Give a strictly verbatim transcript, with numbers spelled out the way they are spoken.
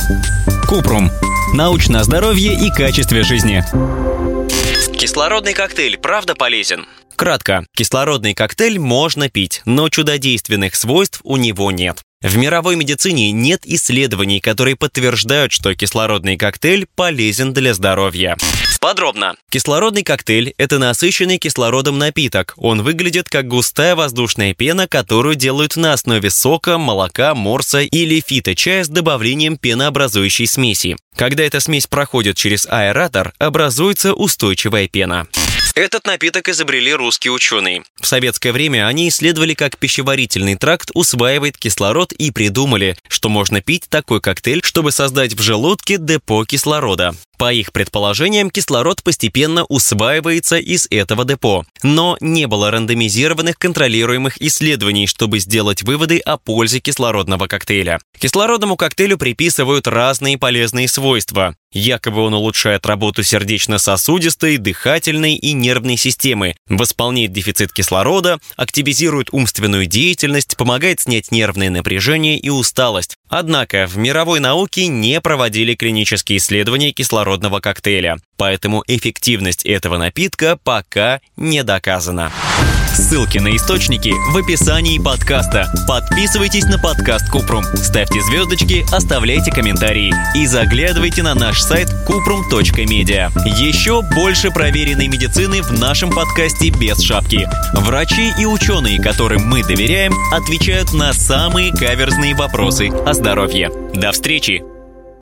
Купрум. Научное здоровье и качестве жизни. Кислородный коктейль правда полезен? Кратко. Кислородный коктейль можно пить, но чудодейственных свойств у него нет. В мировой медицине нет исследований, которые подтверждают, что кислородный коктейль полезен для здоровья. Подробно. Кислородный коктейль – это насыщенный кислородом напиток. Он выглядит как густая воздушная пена, которую делают на основе сока, молока, морса или фиточая с добавлением пенообразующей смеси. Когда эта смесь проходит через аэратор, образуется устойчивая пена. Этот напиток изобрели русские ученые. В советское время они исследовали, как пищеварительный тракт усваивает кислород и придумали, что можно пить такой коктейль, чтобы создать в желудке депо кислорода. По их предположениям, кислород постепенно усваивается из этого депо. Но не было рандомизированных контролируемых исследований, чтобы сделать выводы о пользе кислородного коктейля. Кислородному коктейлю приписывают разные полезные свойства. Якобы он улучшает работу сердечно-сосудистой, дыхательной и нервной системы, восполняет дефицит кислорода, активизирует умственную деятельность, помогает снять нервное напряжение и усталость. Однако в мировой науке не проводили клинические исследования кислородного коктейля, поэтому эффективность этого напитка пока не доказана. Ссылки на источники в описании подкаста. Подписывайтесь на подкаст Купрум, ставьте звездочки, оставляйте комментарии и заглядывайте на наш сайт купрум точка медиа. Еще больше проверенной медицины в нашем подкасте без шапки. Врачи и ученые, которым мы доверяем, отвечают на самые каверзные вопросы о здоровье. До встречи!